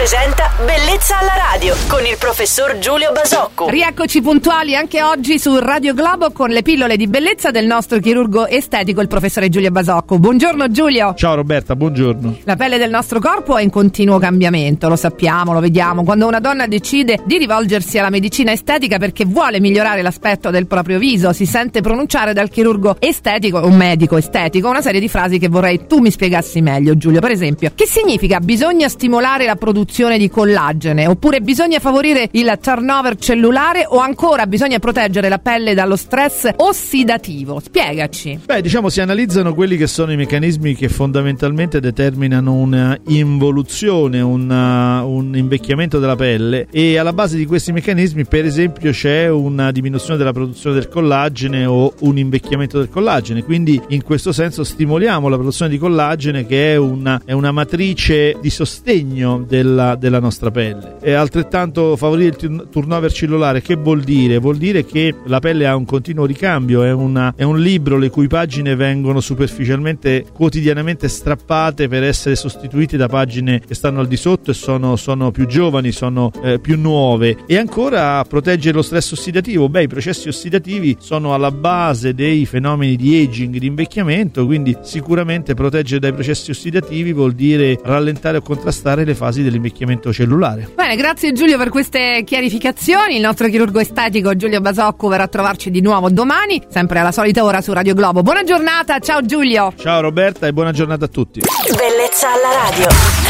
presenta Bellezza alla radio con il professor Giulio Basocco. Rieccoci puntuali anche oggi su Radio Globo con le pillole di bellezza del nostro chirurgo estetico, il professore Giulio Basocco. Buongiorno Giulio. Ciao Roberta, buongiorno. La pelle del nostro corpo è in continuo cambiamento, lo sappiamo, lo vediamo. Quando una donna decide di rivolgersi alla medicina estetica perché vuole migliorare l'aspetto del proprio viso, si sente pronunciare dal chirurgo estetico o medico estetico una serie di frasi che vorrei tu mi spiegassi meglio, Giulio. Per esempio, che significa bisogna stimolare la produzione di collagene, oppure bisogna favorire il turnover cellulare, o ancora bisogna proteggere la pelle dallo stress ossidativo? Spiegaci. Diciamo si analizzano quelli che sono i meccanismi che fondamentalmente determinano una involuzione, un invecchiamento della pelle, e alla base di questi meccanismi per esempio c'è una diminuzione della produzione del collagene o un invecchiamento del collagene. Quindi in questo senso stimoliamo la produzione di collagene, che è una matrice di sostegno della nostra pelle. E altrettanto favorire il turnover cellulare. Che vuol dire? Vuol dire che la pelle ha un continuo ricambio, è un libro le cui pagine vengono superficialmente quotidianamente strappate per essere sostituite da pagine che stanno al di sotto e sono più giovani, sono più nuove. E ancora proteggere lo stress ossidativo. I processi ossidativi sono alla base dei fenomeni di aging, di invecchiamento, quindi sicuramente proteggere dai processi ossidativi vuol dire rallentare o contrastare le fasi dell'invecchiamento cellulare. Bene, grazie Giulio per queste chiarificazioni. Il nostro chirurgo estetico Giulio Basocco verrà a trovarci di nuovo domani, sempre alla solita ora su Radio Globo. Buona giornata, ciao Giulio. Ciao Roberta e buona giornata a tutti. Bellezza alla radio.